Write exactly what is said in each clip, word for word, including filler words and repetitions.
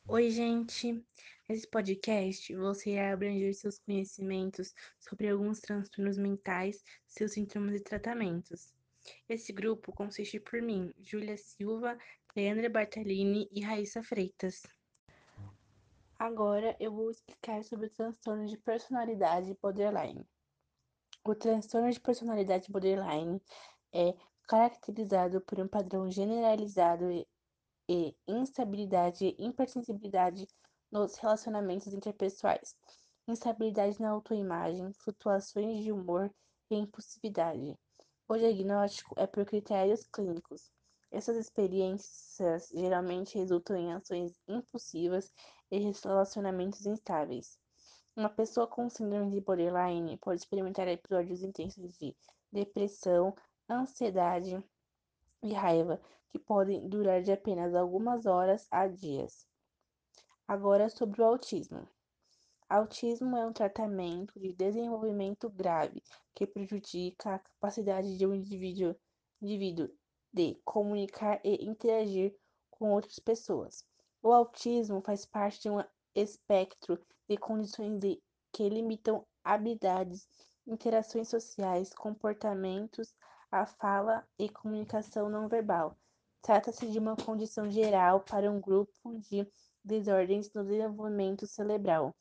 Oi, gente! Nesse podcast, você irá abranger seus conhecimentos sobre alguns transtornos mentais, seus sintomas e tratamentos. Esse grupo consiste por mim, Júlia Silva, Leandra Bartalini e Raíssa Freitas. Agora eu vou explicar sobre o transtorno de personalidade borderline. O transtorno de personalidade borderline é caracterizado por um padrão generalizado e e instabilidade e hipersensibilidade nos relacionamentos interpessoais, instabilidade na autoimagem, flutuações de humor e impulsividade. O diagnóstico é por critérios clínicos. Essas experiências geralmente resultam em ações impulsivas e relacionamentos instáveis. Uma pessoa com síndrome de borderline pode experimentar episódios intensos de depressão, ansiedade, e raiva, que podem durar de apenas algumas horas a dias. Agora sobre o autismo. Autismo é um tratamento de desenvolvimento grave que prejudica a capacidade de um indivíduo, indivíduo de comunicar e interagir com outras pessoas. O autismo faz parte de um espectro de condições de, que limitam habilidades, interações sociais, comportamentos, a fala e comunicação não verbal. Trata-se de uma condição geral para um grupo de desordens no desenvolvimento cerebral.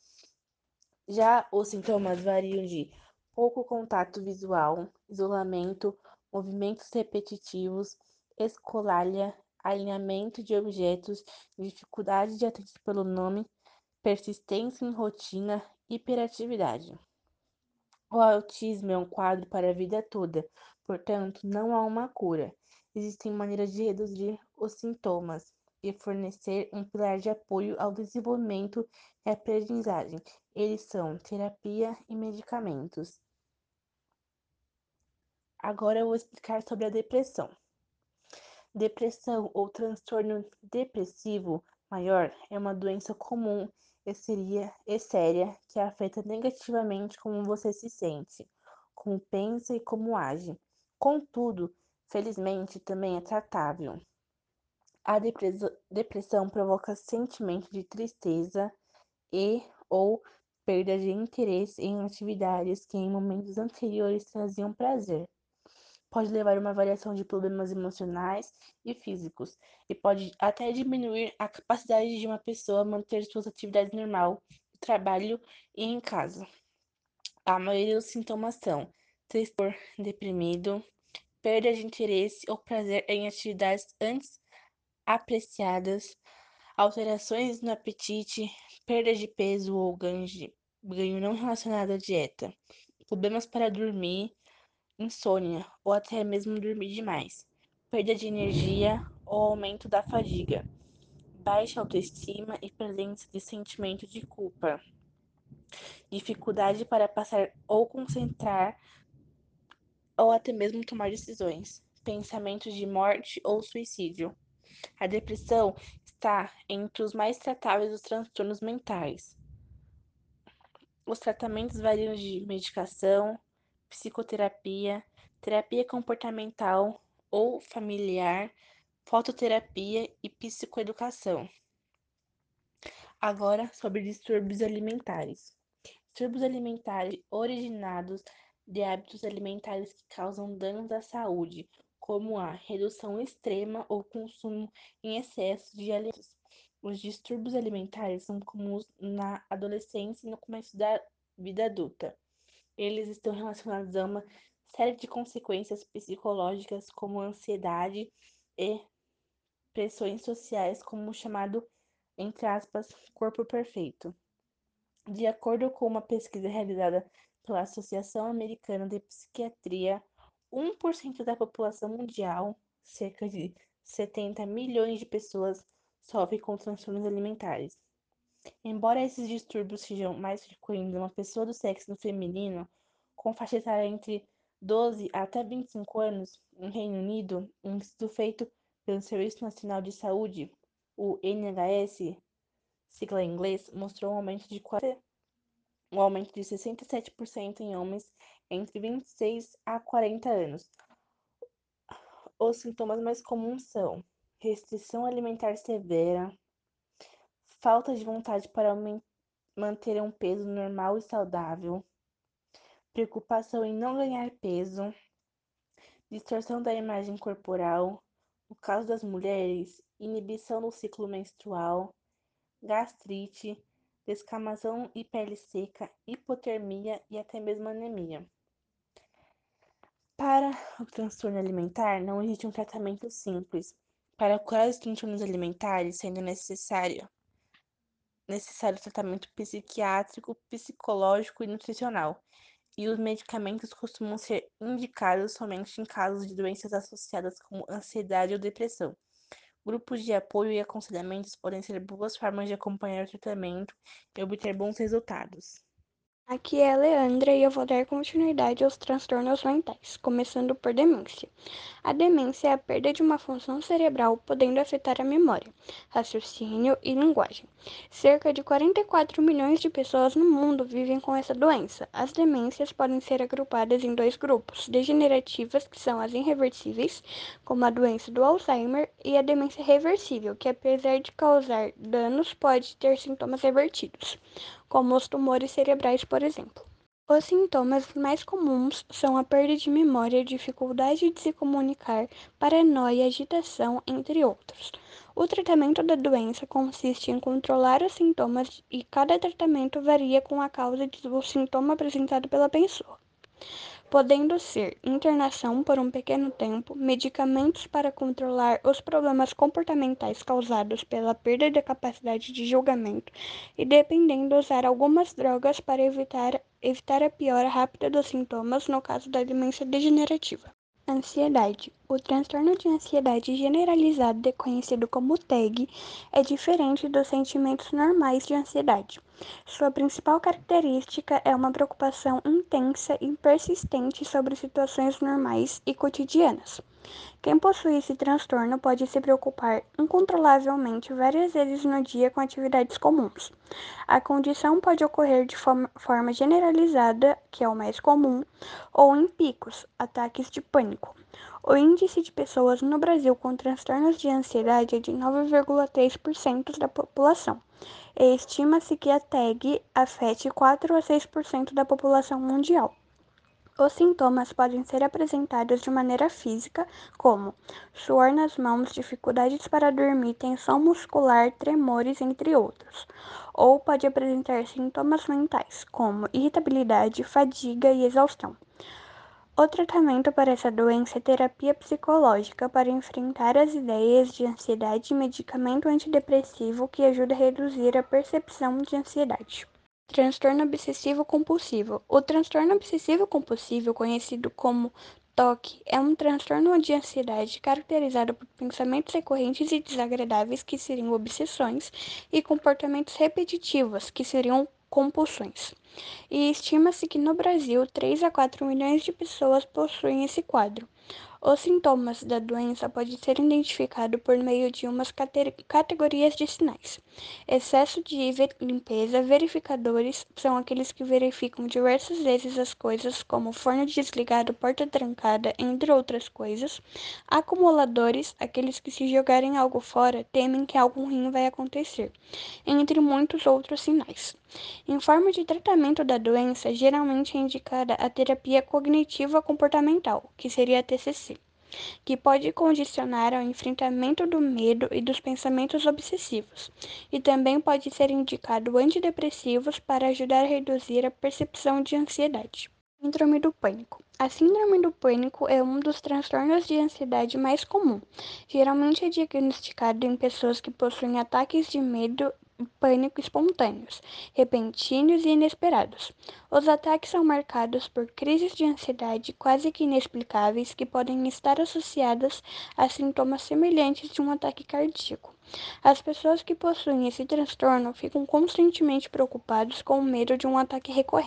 Já os sintomas variam de pouco contato visual, isolamento, movimentos repetitivos, escolalha, alinhamento de objetos, dificuldade de atender pelo nome, persistência em rotina, hiperatividade. O autismo é um quadro para a vida toda, portanto, não há uma cura. Existem maneiras de reduzir os sintomas e fornecer um pilar de apoio ao desenvolvimento e aprendizagem. Eles são terapia e medicamentos. Agora eu vou explicar sobre a depressão. Depressão ou transtorno depressivo maior é uma doença comum e, seria, e séria que afeta negativamente como você se sente, como pensa e como age. Contudo, felizmente também é tratável. A depressão, depressão provoca sentimento de tristeza e ou perda de interesse em atividades que em momentos anteriores traziam prazer. Pode levar a uma variação de problemas emocionais e físicos, e pode até diminuir a capacidade de uma pessoa manter suas atividades normais, no trabalho e em casa. A maioria dos sintomas são tristeza, deprimido, perda de interesse ou prazer em atividades antes apreciadas, alterações no apetite, perda de peso ou ganho, de, ganho não relacionado à dieta, problemas para dormir, insônia ou até mesmo dormir demais, perda de energia ou aumento da fadiga, baixa autoestima e presença de sentimento de culpa, dificuldade para passar ou concentrar ou até mesmo tomar decisões, pensamentos de morte ou suicídio. A depressão está entre os mais tratáveis dos transtornos mentais. Os tratamentos variam de medicação, psicoterapia, terapia comportamental ou familiar, fototerapia e psicoeducação. Agora, sobre distúrbios alimentares. Distúrbios alimentares originados de hábitos alimentares que causam danos à saúde, como a redução extrema ou consumo em excesso de alimentos. Os distúrbios alimentares são comuns na adolescência e no começo da vida adulta. Eles estão relacionados a uma série de consequências psicológicas, como ansiedade e pressões sociais, como o chamado, entre aspas, corpo perfeito. De acordo com uma pesquisa realizada pela Associação Americana de Psiquiatria, um por cento da população mundial, cerca de setenta milhões de pessoas, sofrem com transtornos alimentares. Embora esses distúrbios sejam mais frequentes em uma pessoa do sexo feminino, com faixa etária entre doze até vinte e cinco anos, no Reino Unido, um estudo feito pelo Serviço Nacional de Saúde, o N H S, sigla em inglês, mostrou um aumento de um aumento de sessenta e sete por cento em homens entre vinte e seis a quarenta anos. Os sintomas mais comuns são restrição alimentar severa, falta de vontade para aumen- manter um peso normal e saudável, preocupação em não ganhar peso, distorção da imagem corporal, no caso das mulheres, inibição do ciclo menstrual, gastrite, descamação e pele seca, hipotermia e até mesmo anemia. Para o transtorno alimentar, não existe um tratamento simples. Para curar os transtornos alimentares, sendo necessário necessário tratamento psiquiátrico, psicológico e nutricional. E os medicamentos costumam ser indicados somente em casos de doenças associadas como ansiedade ou depressão. Grupos de apoio e aconselhamentos podem ser boas formas de acompanhar o tratamento e obter bons resultados. Aqui é a Leandra e eu vou dar continuidade aos transtornos mentais, começando por demência. A demência é a perda de uma função cerebral, podendo afetar a memória, raciocínio e linguagem. Cerca de quarenta e quatro milhões de pessoas no mundo vivem com essa doença. As demências podem ser agrupadas em dois grupos: degenerativas, que são as irreversíveis, como a doença do Alzheimer, e a demência reversível, que apesar de causar danos, pode ter sintomas revertidos, como os tumores cerebrais, por exemplo. Os sintomas mais comuns são a perda de memória, dificuldade de se comunicar, paranoia, agitação, entre outros. O tratamento da doença consiste em controlar os sintomas e cada tratamento varia com a causa do sintoma apresentado pela pessoa, podendo ser internação por um pequeno tempo, medicamentos para controlar os problemas comportamentais causados pela perda da capacidade de julgamento e, dependendo, usar algumas drogas para evitar, evitar a piora rápida dos sintomas no caso da demência degenerativa. Ansiedade. O transtorno de ansiedade generalizada, conhecido como T E G, é diferente dos sentimentos normais de ansiedade. Sua principal característica é uma preocupação intensa e persistente sobre situações normais e cotidianas. Quem possui esse transtorno pode se preocupar incontrolavelmente várias vezes no dia com atividades comuns. A condição pode ocorrer de forma generalizada, que é o mais comum, ou em picos, ataques de pânico. O índice de pessoas no Brasil com transtornos de ansiedade é de nove vírgula três por cento da população, e estima-se que a T E G afete quatro a seis por cento da população mundial. Os sintomas podem ser apresentados de maneira física, como suor nas mãos, dificuldades para dormir, tensão muscular, tremores, entre outros. Ou pode apresentar sintomas mentais, como irritabilidade, fadiga e exaustão. O tratamento para essa doença é terapia psicológica para enfrentar as ideias de ansiedade e medicamento antidepressivo que ajuda a reduzir a percepção de ansiedade. Transtorno obsessivo compulsivo. O transtorno obsessivo compulsivo, conhecido como T O C, é um transtorno de ansiedade caracterizado por pensamentos recorrentes e desagradáveis, que seriam obsessões, e comportamentos repetitivos, que seriam compulsões. E estima-se que no Brasil três a quatro milhões de pessoas possuem esse quadro. Os sintomas da doença podem ser identificados por meio de umas categorias de sinais. Excesso de limpeza. Verificadores são aqueles que verificam diversas vezes as coisas, como forno desligado, porta trancada, entre outras coisas. Acumuladores, aqueles que, se jogarem algo fora, temem que algo ruim vai acontecer, entre muitos outros sinais. Em forma de tratamento da doença, geralmente é indicada a terapia cognitiva comportamental, que seria a T C C, que pode condicionar ao enfrentamento do medo e dos pensamentos obsessivos, e também pode ser indicado antidepressivos para ajudar a reduzir a percepção de ansiedade. Síndrome do pânico. A síndrome do pânico é um dos transtornos de ansiedade mais comum. Geralmente é diagnosticado em pessoas que possuem ataques de medo e pânico espontâneos, repentinos e inesperados. Os ataques são marcados por crises de ansiedade quase que inexplicáveis, que podem estar associadas a sintomas semelhantes de um ataque cardíaco. As pessoas que possuem esse transtorno ficam constantemente preocupadas com o medo de um ataque recorrente.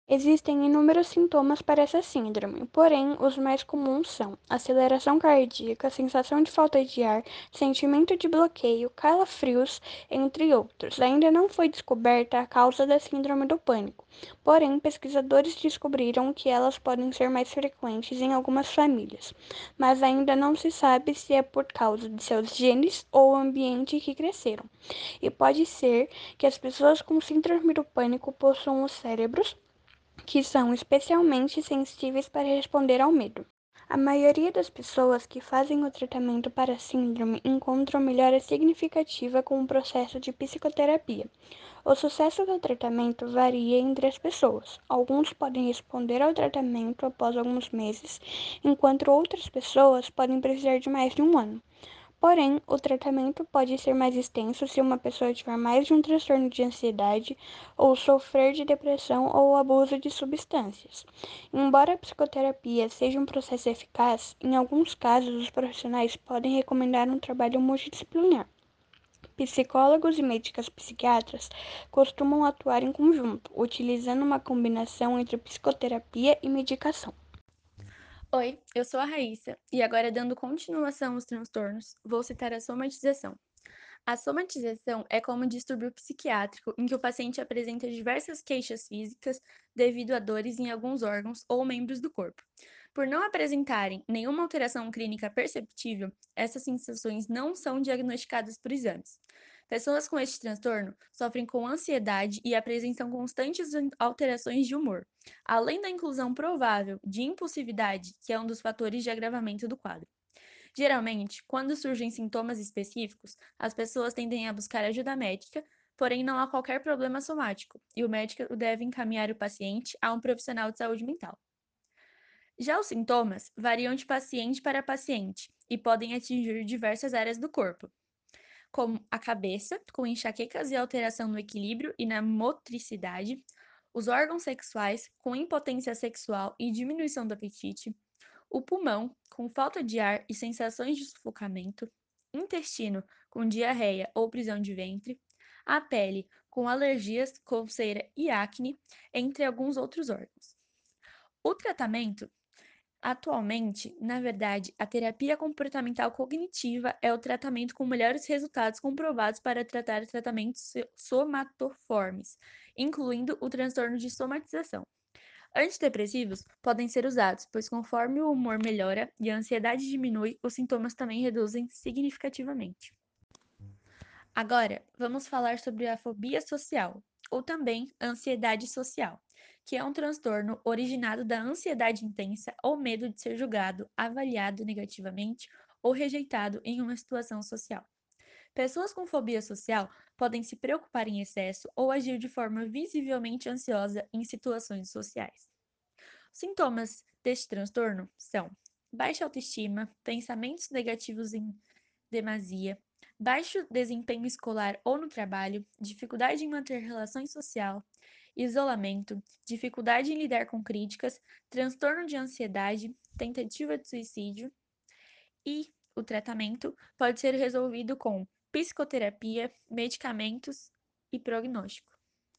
Existem inúmeros sintomas para essa síndrome, porém, os mais comuns são aceleração cardíaca, sensação de falta de ar, sentimento de bloqueio, calafrios, entre outros. Ainda não foi descoberta a causa da síndrome do pânico, porém, pesquisadores descobriram que elas podem ser mais frequentes em algumas famílias, mas ainda não se sabe se é por causa de seus genes ou o ambiente que cresceram. E pode ser que as pessoas com síndrome do pânico possuam os cérebros que são especialmente sensíveis para responder ao medo. A maioria das pessoas que fazem o tratamento para a síndrome encontram melhora significativa com o processo de psicoterapia. O sucesso do tratamento varia entre as pessoas. Alguns podem responder ao tratamento após alguns meses, enquanto outras pessoas podem precisar de mais de um ano. Porém, o tratamento pode ser mais extenso se uma pessoa tiver mais de um transtorno de ansiedade ou sofrer de depressão ou abuso de substâncias. Embora a psicoterapia seja um processo eficaz, em alguns casos os profissionais podem recomendar um trabalho multidisciplinar. Psicólogos e médicos psiquiatras costumam atuar em conjunto, utilizando uma combinação entre psicoterapia e medicação. Oi, eu sou a Raíssa e agora, dando continuação aos transtornos, vou citar a somatização. A somatização é como um distúrbio psiquiátrico em que o paciente apresenta diversas queixas físicas devido a dores em alguns órgãos ou membros do corpo. Por não apresentarem nenhuma alteração clínica perceptível, essas sensações não são diagnosticadas por exames. Pessoas com este transtorno sofrem com ansiedade e apresentam constantes alterações de humor, além da inclusão provável de impulsividade, que é um dos fatores de agravamento do quadro. Geralmente, quando surgem sintomas específicos, as pessoas tendem a buscar ajuda médica, porém não há qualquer problema somático, e o médico deve encaminhar o paciente a um profissional de saúde mental. Já os sintomas variam de paciente para paciente e podem atingir diversas áreas do corpo, como a cabeça, com enxaquecas e alteração no equilíbrio e na motricidade, os órgãos sexuais, com impotência sexual e diminuição do apetite, o pulmão, com falta de ar e sensações de sufocamento, intestino, com diarreia ou prisão de ventre, a pele, com alergias, coceira e acne, entre alguns outros órgãos. O tratamento, atualmente, na verdade, a terapia comportamental cognitiva é o tratamento com melhores resultados comprovados para tratar tratamentos somatoformes, incluindo o transtorno de somatização. Antidepressivos podem ser usados, pois conforme o humor melhora e a ansiedade diminui, os sintomas também reduzem significativamente. Agora, vamos falar sobre a fobia social, ou também ansiedade social, que é um transtorno originado da ansiedade intensa ou medo de ser julgado, avaliado negativamente ou rejeitado em uma situação social. Pessoas com fobia social podem se preocupar em excesso ou agir de forma visivelmente ansiosa em situações sociais. Sintomas deste transtorno são baixa autoestima, pensamentos negativos em demasia, baixo desempenho escolar ou no trabalho, dificuldade em manter relações social, isolamento, dificuldade em lidar com críticas, transtorno de ansiedade, tentativa de suicídio e o tratamento pode ser resolvido com psicoterapia, medicamentos e prognóstico.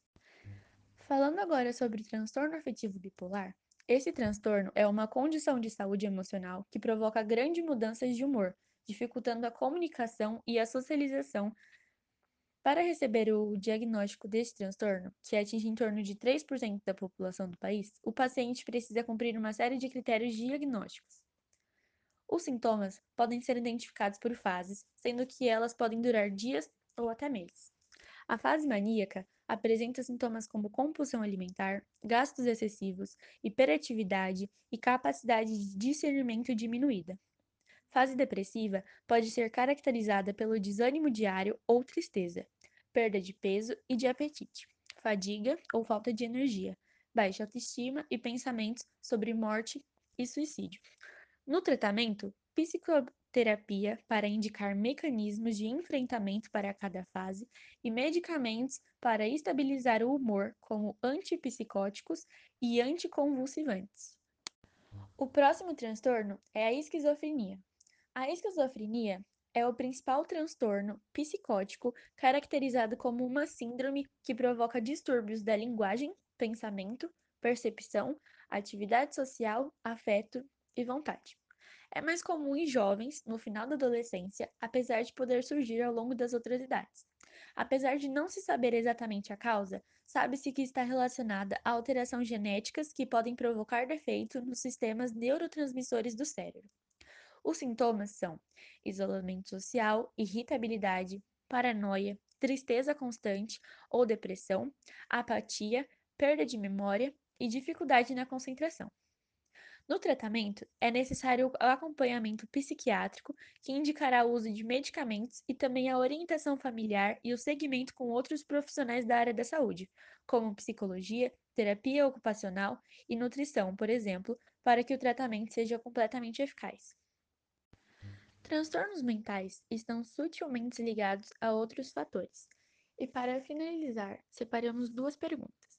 Falando agora sobre transtorno afetivo bipolar, esse transtorno é uma condição de saúde emocional que provoca grandes mudanças de humor, dificultando a comunicação e a socialização. Para receber o diagnóstico desse transtorno, que atinge em torno de três por cento da população do país, o paciente precisa cumprir uma série de critérios diagnósticos. Os sintomas podem ser identificados por fases, sendo que elas podem durar dias ou até meses. A fase maníaca apresenta sintomas como compulsão alimentar, gastos excessivos, hiperatividade e capacidade de discernimento diminuída. Fase depressiva pode ser caracterizada pelo desânimo diário ou tristeza, perda de peso e de apetite, fadiga ou falta de energia, baixa autoestima e pensamentos sobre morte e suicídio. No tratamento, psicoterapia para indicar mecanismos de enfrentamento para cada fase e medicamentos para estabilizar o humor, como antipsicóticos e anticonvulsivantes. O próximo transtorno é a esquizofrenia. A esquizofrenia é o principal transtorno psicótico caracterizado como uma síndrome que provoca distúrbios da linguagem, pensamento, percepção, atividade social, afeto e vontade. É mais comum em jovens, no final da adolescência, apesar de poder surgir ao longo das outras idades. Apesar de não se saber exatamente a causa, sabe-se que está relacionada a alterações genéticas que podem provocar defeito nos sistemas neurotransmissores do cérebro. Os sintomas são isolamento social, irritabilidade, paranoia, tristeza constante ou depressão, apatia, perda de memória e dificuldade na concentração. No tratamento, é necessário o acompanhamento psiquiátrico, que indicará o uso de medicamentos e também a orientação familiar e o segmento com outros profissionais da área da saúde, como psicologia, terapia ocupacional e nutrição, por exemplo, para que o tratamento seja completamente eficaz. Transtornos mentais estão sutilmente ligados a outros fatores. E para finalizar, separamos duas perguntas.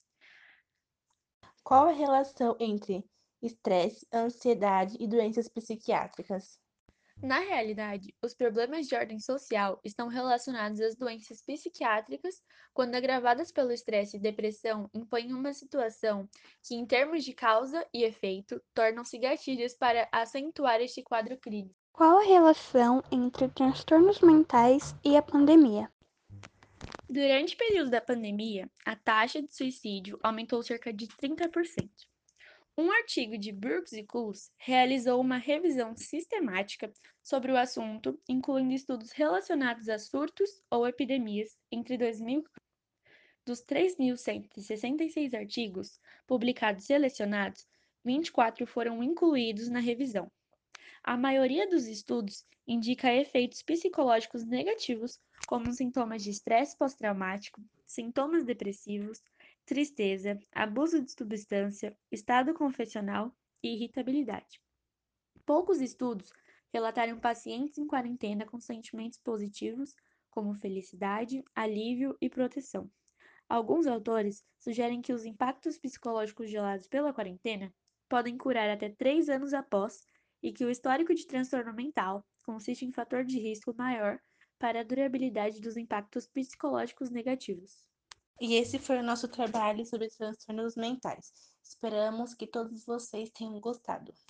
Qual a relação entre estresse, ansiedade e doenças psiquiátricas? Na realidade, os problemas de ordem social estão relacionados às doenças psiquiátricas quando agravadas pelo estresse e depressão impõem uma situação que, em termos de causa e efeito, tornam-se gatilhos para acentuar este quadro clínico. Qual a relação entre transtornos mentais e a pandemia? Durante o período da pandemia, a taxa de suicídio aumentou cerca de trinta por cento. Um artigo de Brooks e Coase realizou uma revisão sistemática sobre o assunto, incluindo estudos relacionados a surtos ou epidemias entre dois mil. Dos três mil cento e sessenta e seis artigos publicados selecionados, vinte e quatro foram incluídos na revisão. A maioria dos estudos indica efeitos psicológicos negativos, como sintomas de estresse pós-traumático, sintomas depressivos, tristeza, abuso de substância, estado confessional e irritabilidade. Poucos estudos relataram pacientes em quarentena com sentimentos positivos, como felicidade, alívio e proteção. Alguns autores sugerem que os impactos psicológicos gerados pela quarentena podem curar até três anos após e que o histórico de transtorno mental consiste em fator de risco maior para a durabilidade dos impactos psicológicos negativos. E esse foi o nosso trabalho sobre transtornos mentais. Esperamos que todos vocês tenham gostado.